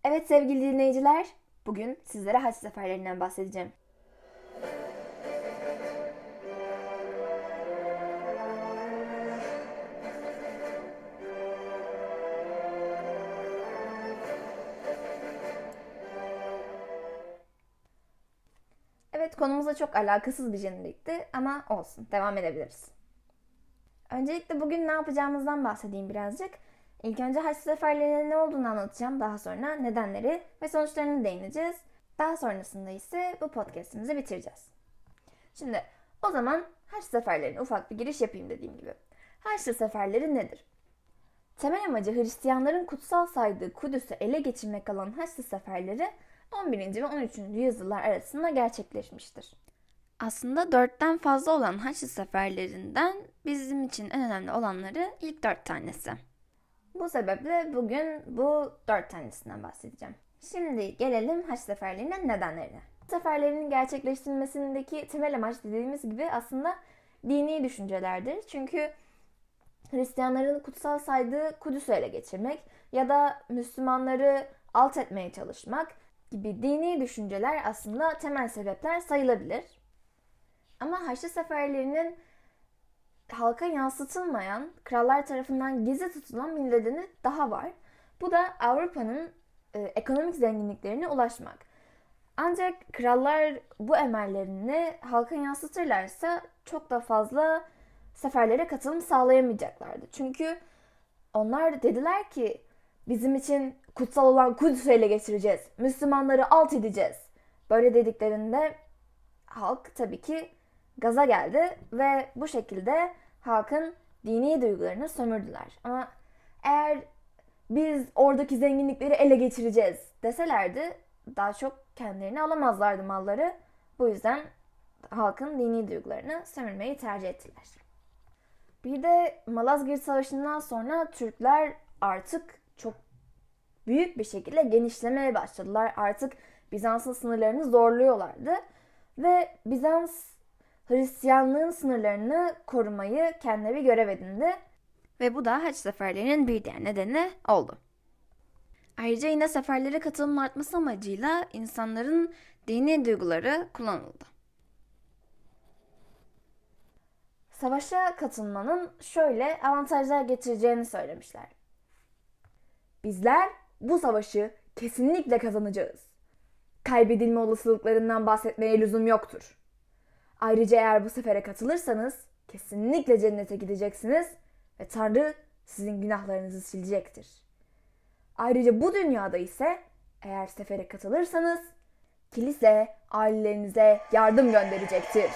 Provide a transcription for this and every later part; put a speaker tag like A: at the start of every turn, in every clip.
A: Evet sevgili dinleyiciler, bugün sizlere haç seferlerinden bahsedeceğim. Evet, konumuzla çok alakasız bir jenerikti ama olsun, devam edebiliriz. Öncelikle bugün ne yapacağımızdan bahsedeyim birazcık. İlk önce haç seferlerinin ne olduğunu anlatacağım. Daha sonra nedenleri ve sonuçlarını değineceğiz. Daha sonrasında ise bu podcastimizi bitireceğiz. Şimdi o zaman haç seferlerine ufak bir giriş yapayım dediğim gibi. Haçlı seferleri nedir? Temel amacı Hristiyanların kutsal saydığı Kudüs'ü ele geçirmek olan Haçlı seferleri 11. ve 13. yüzyıllar arasında gerçekleşmiştir. Aslında 4'ten fazla olan Haçlı seferlerinden bizim için en önemli olanları ilk 4 tanesi. Bu sebeple bugün bu 4 tanesinden bahsedeceğim. Şimdi gelelim Haç seferlerinin nedenlerine. Seferlerinin gerçekleştirilmesindeki temel amaç dediğimiz gibi aslında dini düşüncelerdir. Çünkü Hristiyanların kutsal saydığı Kudüs'ü ele geçirmek ya da Müslümanları alt etmeye çalışmak gibi dini düşünceler aslında temel sebepler sayılabilir. Ama Haçlı seferlerinin halka yansıtılmayan, krallar tarafından gizli tutulan bir nedeni daha var. Bu da Avrupa'nın ekonomik zenginliklerine ulaşmak. Ancak krallar bu emellerini halka yansıtırlarsa çok da fazla seferlere katılım sağlayamayacaklardı. Çünkü onlar dediler ki bizim için kutsal olan Kudüs'ü ele geçireceğiz. Müslümanları alt edeceğiz. Böyle dediklerinde halk tabii ki gaza geldi ve bu şekilde halkın dini duygularını sömürdüler. Ama eğer biz oradaki zenginlikleri ele geçireceğiz deselerdi daha çok kendilerini alamazlardı malları. Bu yüzden halkın dini duygularını sömürmeyi tercih ettiler. Bir de Malazgirt Savaşı'ndan sonra Türkler artık çok büyük bir şekilde genişlemeye başladılar. Artık Bizans'ın sınırlarını zorluyorlardı. Ve Bizans Hristiyanlığın sınırlarını korumayı kendine bir görev edindi. Ve bu da haç seferlerinin bir diğer nedeni oldu. Ayrıca yine seferlere katılımın artması amacıyla insanların dini duyguları kullanıldı. Savaşa katılmanın şöyle avantajlar getireceğini söylemişler. Bizler bu savaşı kesinlikle kazanacağız. Kaybedilme olasılıklarından bahsetmeye lüzum yoktur. Ayrıca eğer bu sefere katılırsanız kesinlikle cennete gideceksiniz ve Tanrı sizin günahlarınızı silecektir. Ayrıca bu dünyada ise eğer sefere katılırsanız kilise ailelerinize yardım gönderecektir.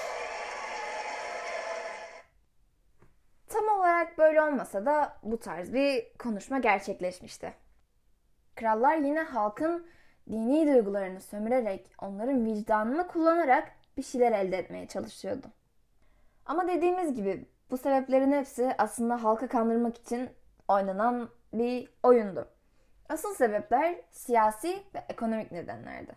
A: Tam olarak böyle olmasa da bu tarz bir konuşma gerçekleşmişti. Krallar yine halkın dini duygularını sömürerek, onların vicdanını kullanarak bir şeyler elde etmeye çalışıyordu. Ama dediğimiz gibi bu sebeplerin hepsi aslında halka kandırmak için oynanan bir oyundu. Asıl sebepler siyasi ve ekonomik nedenlerdi.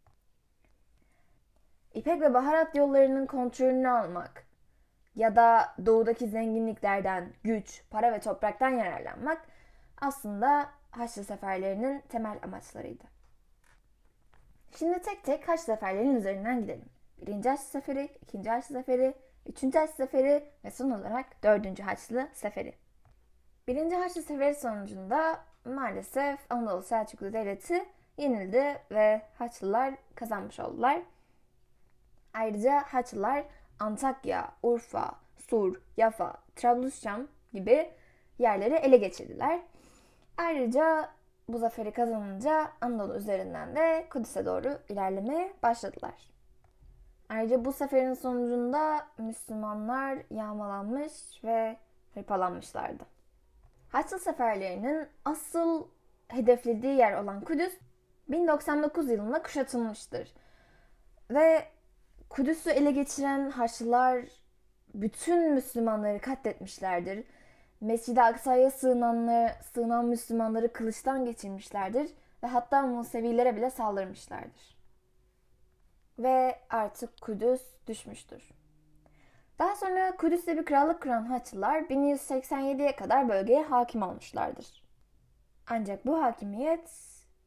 A: İpek ve baharat yollarının kontrolünü almak ya da doğudaki zenginliklerden güç, para ve topraktan yararlanmak aslında Haçlı seferlerinin temel amaçlarıydı. Şimdi tek tek Haçlı seferlerinin üzerinden gidelim. 1. Haçlı Seferi, 2. Haçlı Seferi, 3. Haçlı Seferi ve son olarak 4. Haçlı Seferi. 1. Haçlı Seferi sonucunda maalesef Anadolu Selçuklu Devleti yenildi ve Haçlılar kazanmış oldular. Ayrıca Haçlılar Antakya, Urfa, Sur, Yafa, Trablusgarp gibi yerleri ele geçirdiler. Ayrıca bu zaferi kazanınca Anadolu üzerinden de Kudüs'e doğru ilerlemeye başladılar. Ayrıca bu seferin sonucunda Müslümanlar yağmalanmış ve hırpalanmışlardı. Haçlı seferlerinin asıl hedeflediği yer olan Kudüs 1099 yılında kuşatılmıştır. Ve Kudüs'ü ele geçiren Haçlılar bütün Müslümanları katletmişlerdir. Mescid-i Aksa'ya sığınan Müslümanları kılıçtan geçirmişlerdir ve hatta Musevilere bile saldırmışlardır. Ve artık Kudüs düşmüştür. Daha sonra Kudüs'te bir krallık kuran Haçlılar 1187'ye kadar bölgeye hakim olmuşlardır. Ancak bu hakimiyet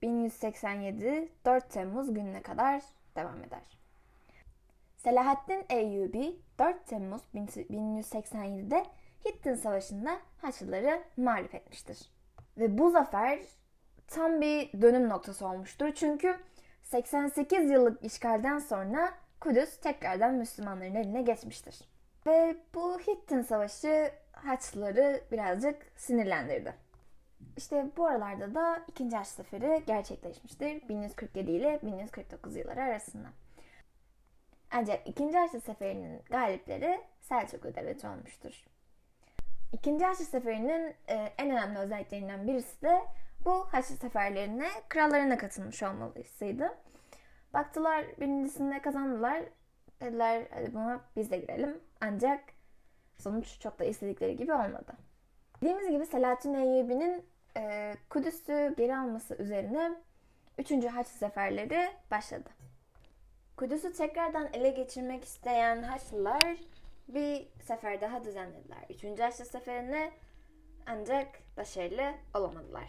A: 1187 4 Temmuz gününe kadar devam eder. Selahaddin Eyyubi 4 Temmuz 1187'de Hittin Savaşı'nda Haçlıları mağlup etmiştir. Ve bu zafer tam bir dönüm noktası olmuştur. Çünkü 88 yıllık işgalden sonra Kudüs tekrardan Müslümanların eline geçmiştir. Ve bu Hittin Savaşı Haçlıları birazcık sinirlendirdi. İşte bu aralarda da 2. Haç Seferi gerçekleşmiştir 1147 ile 1149 yılları arasında. Ancak 2. Haçlı Seferi'nin galipleri Selçuklu Devleti olmuştur. 2. Haçlı Seferi'nin en önemli özelliklerinden birisi de bu Haçlı Seferlerine krallarına katılmış olmalısıydı. Baktılar birincisinde kazandılar. Dediler hadi buna biz de girelim. Ancak sonuç çok da istedikleri gibi olmadı. Dediğimiz gibi Selahaddin Eyyubi'nin Kudüs'ü geri alması üzerine 3. Haçlı Seferleri başladı. Kudüs'ü tekrardan ele geçirmek isteyen Haçlılar bir sefer daha düzenlediler. 3. Haçlı Seferi'ne ancak başarılı olamadılar.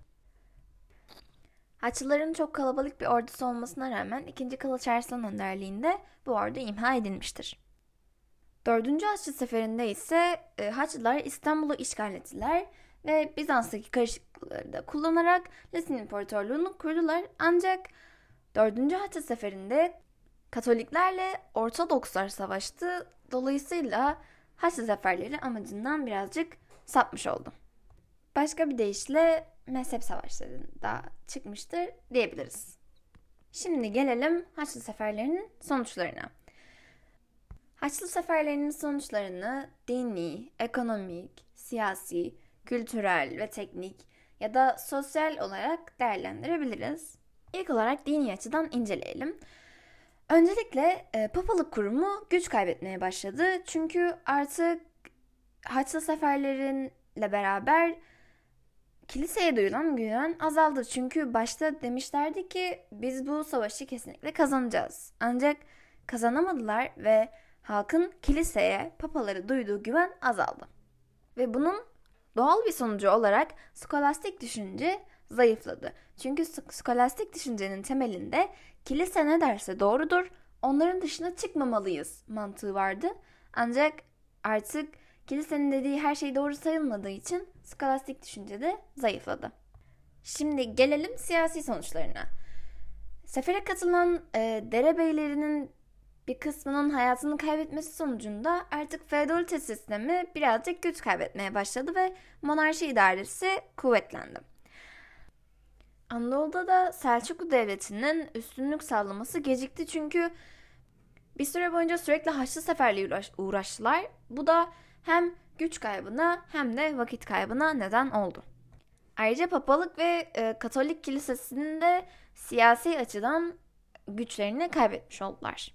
A: Haçlıların çok kalabalık bir ordusu olmasına rağmen 2. Kılıç Arslan önderliğinde bu ordu imha edilmiştir. 4. Haçlı Seferi'nde ise Haçlılar İstanbul'u işgal ettiler ve Bizans'taki karışıklıkları da kullanarak Latin İmparatorluğu'nu kurdular. Ancak 4. Haçlı Seferi'nde Katoliklerle Ortodokslar savaştı. Dolayısıyla Haçlı Seferleri amacından birazcık sapmış oldu. Başka bir deyişle mezhep savaşlarında çıkmıştır diyebiliriz. Şimdi gelelim Haçlı Seferlerinin sonuçlarına. Haçlı Seferlerinin sonuçlarını dini, ekonomik, siyasi, kültürel ve teknik ya da sosyal olarak değerlendirebiliriz. İlk olarak dini açıdan inceleyelim. Öncelikle papalık kurumu güç kaybetmeye başladı. Çünkü artık Haçlı Seferlerinle beraber kiliseye duyulan güven azaldı. Çünkü başta demişlerdi ki biz bu savaşı kesinlikle kazanacağız. Ancak kazanamadılar ve halkın kiliseye, papalara duyduğu güven azaldı. Ve bunun doğal bir sonucu olarak skolastik düşünce zayıfladı. Çünkü skolastik düşüncenin temelinde kilise ne derse doğrudur, onların dışına çıkmamalıyız mantığı vardı. Ancak artık kilisenin dediği her şey doğru sayılmadığı için skolastik düşünce de zayıfladı. Şimdi gelelim siyasi sonuçlarına. Sefere katılan derebeylerinin bir kısmının hayatını kaybetmesi sonucunda artık feodalite sistemi birazcık güç kaybetmeye başladı ve monarşi idaresi kuvvetlendi. Anadolu'da da Selçuklu Devleti'nin üstünlük sağlaması gecikti çünkü bir süre boyunca sürekli Haçlı Seferliğe uğraştılar. Bu da hem güç kaybına hem de vakit kaybına neden oldu. Ayrıca papalık ve Katolik kilisesinin de siyasi açıdan güçlerini kaybetmiş oldular.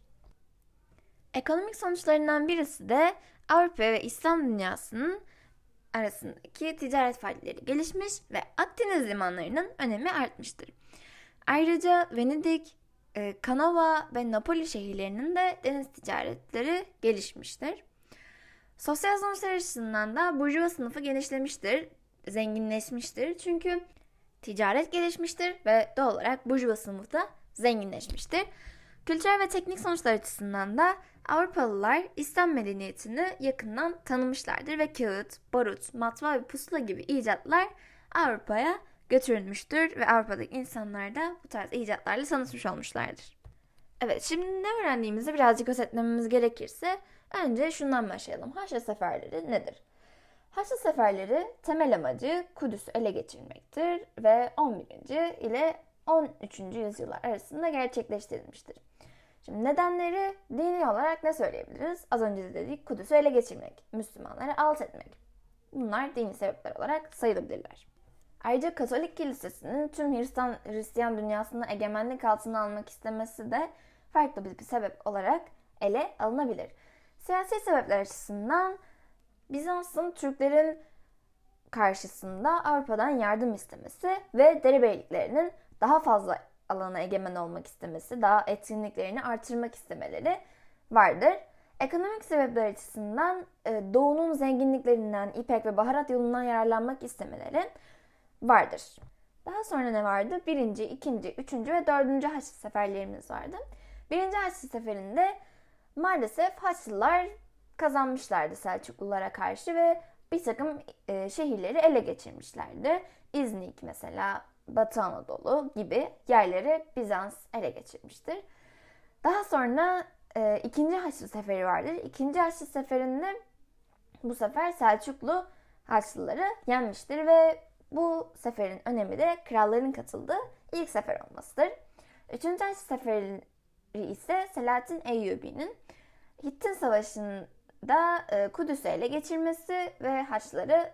A: Ekonomik sonuçlarından birisi de Avrupa ve İslam dünyasının arasındaki ticaret faaliyetleri gelişmiş ve Akdeniz limanlarının önemi artmıştır. Ayrıca Venedik, Kanova ve Napoli şehirlerinin de deniz ticaretleri gelişmiştir. Sosyal sonuçlar açısından da burjuva sınıfı genişlemiştir, zenginleşmiştir. Çünkü ticaret gelişmiştir ve doğal olarak burjuva sınıfı da zenginleşmiştir. Kültürel ve teknik sonuçlar açısından da Avrupalılar İslam medeniyetini yakından tanımışlardır ve kağıt, barut, matbaa ve pusula gibi icatlar Avrupa'ya götürülmüştür ve Avrupa'daki insanlar da bu tarz icatlarla tanışmış olmuşlardır. Evet, şimdi ne öğrendiğimizi birazcık özetlememiz gerekirse önce şundan başlayalım. Haçlı Seferleri nedir? Haçlı Seferleri temel amacı Kudüs'ü ele geçirmektir ve 11. ile 13. yüzyıllar arasında gerçekleştirilmiştir. Şimdi nedenleri dini olarak ne söyleyebiliriz? Az önce de dedik, Kudüs'ü ele geçirmek, Müslümanları alt etmek. Bunlar dini sebepler olarak sayılabilirler. Ayrıca Katolik Kilisesi'nin tüm Hristiyan dünyasını egemenlik altına almak istemesi de farklı bir sebep olarak ele alınabilir. Siyasi sebepler açısından Bizans'ın Türklerin karşısında Avrupa'dan yardım istemesi ve derebeyliklerinin daha fazla alana egemen olmak istemesi, daha etkinliklerini artırmak istemeleri vardır. Ekonomik sebepler açısından doğunun zenginliklerinden, ipek ve baharat yolundan yararlanmak istemeleri vardır. Daha sonra ne vardı? Birinci, ikinci, üçüncü ve dördüncü Haçlı seferlerimiz vardı. Birinci Haçlı seferinde maalesef Haçlılar kazanmışlardı Selçuklulara karşı ve bir takım şehirleri ele geçirmişlerdi. İznik mesela, Batı Anadolu gibi yerleri Bizans ele geçirmiştir. Daha sonra ikinci Haçlı Seferi vardır. İkinci Haçlı Seferi'nde bu sefer Selçuklu Haçlıları yenmiştir ve bu seferin önemi de kralların katıldığı ilk sefer olmasıdır. Üçüncü Haçlı Seferi ise Selahattin Eyyubi'nin Hittin Savaşı'nda Kudüs'ü ele geçirmesi ve Haçlıları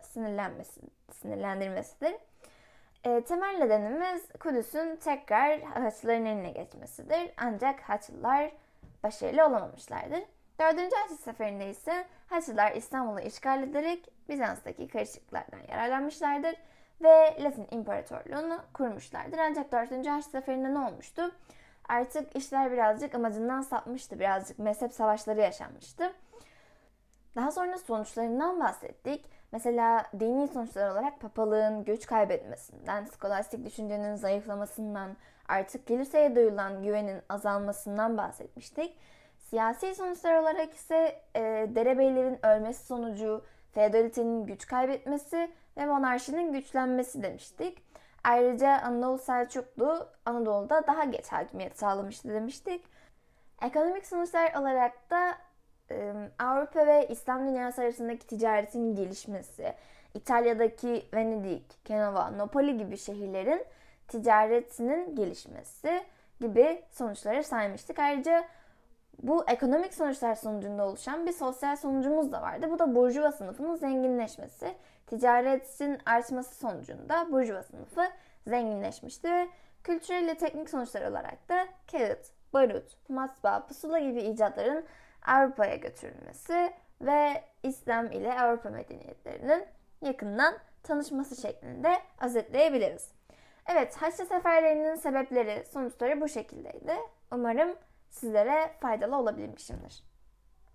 A: sinirlendirmesidir. Temel nedenimiz Kudüs'ün tekrar Haçlıların eline geçmesidir. Ancak Haçlılar başarılı olamamışlardır. Dördüncü Haçlı Seferi'nde ise Haçlılar İstanbul'u işgal ederek Bizans'taki karışıklıklardan yararlanmışlardır ve Latin İmparatorluğunu kurmuşlardır. Ancak dördüncü Haçlı Seferi'nde ne olmuştu? Artık işler birazcık amacından sapmıştı. Birazcık mezhep savaşları yaşanmıştı. Daha sonra sonuçlarından bahsettik. Mesela dini sonuçlar olarak papalığın göç kaybetmesinden, skolastik düşüncenin zayıflamasından, artık kiliseye duyulan güvenin azalmasından bahsetmiştik. Siyasi sonuçlar olarak ise derebeylerin ölmesi sonucu feodalitenin güç kaybetmesi ve monarşinin güçlenmesi demiştik. Ayrıca Anadolu Selçuklu Anadolu'da daha geç hakimiyet sağlamıştı demiştik. Ekonomik sonuçlar olarak da Avrupa ve İslam dünyası arasındaki ticaretin gelişmesi, İtalya'daki Venedik, Genova, Napoli gibi şehirlerin ticaretinin gelişmesi gibi sonuçları saymıştık. Ayrıca bu ekonomik sonuçlar sonucunda oluşan bir sosyal sonucumuz da vardı. Bu da burjuva sınıfının zenginleşmesi. Ticaretin artması sonucunda burjuva sınıfı zenginleşmişti ve kültürel ve teknik sonuçlar olarak da kağıt, barut, matbaa, pusula gibi icatların Avrupa'ya götürülmesi ve İslam ile Avrupa medeniyetlerinin yakından tanışması şeklinde özetleyebiliriz. Evet, Haçlı seferlerinin sebepleri, sonuçları bu şekildeydi. Umarım sizlere faydalı olabilmişimdir.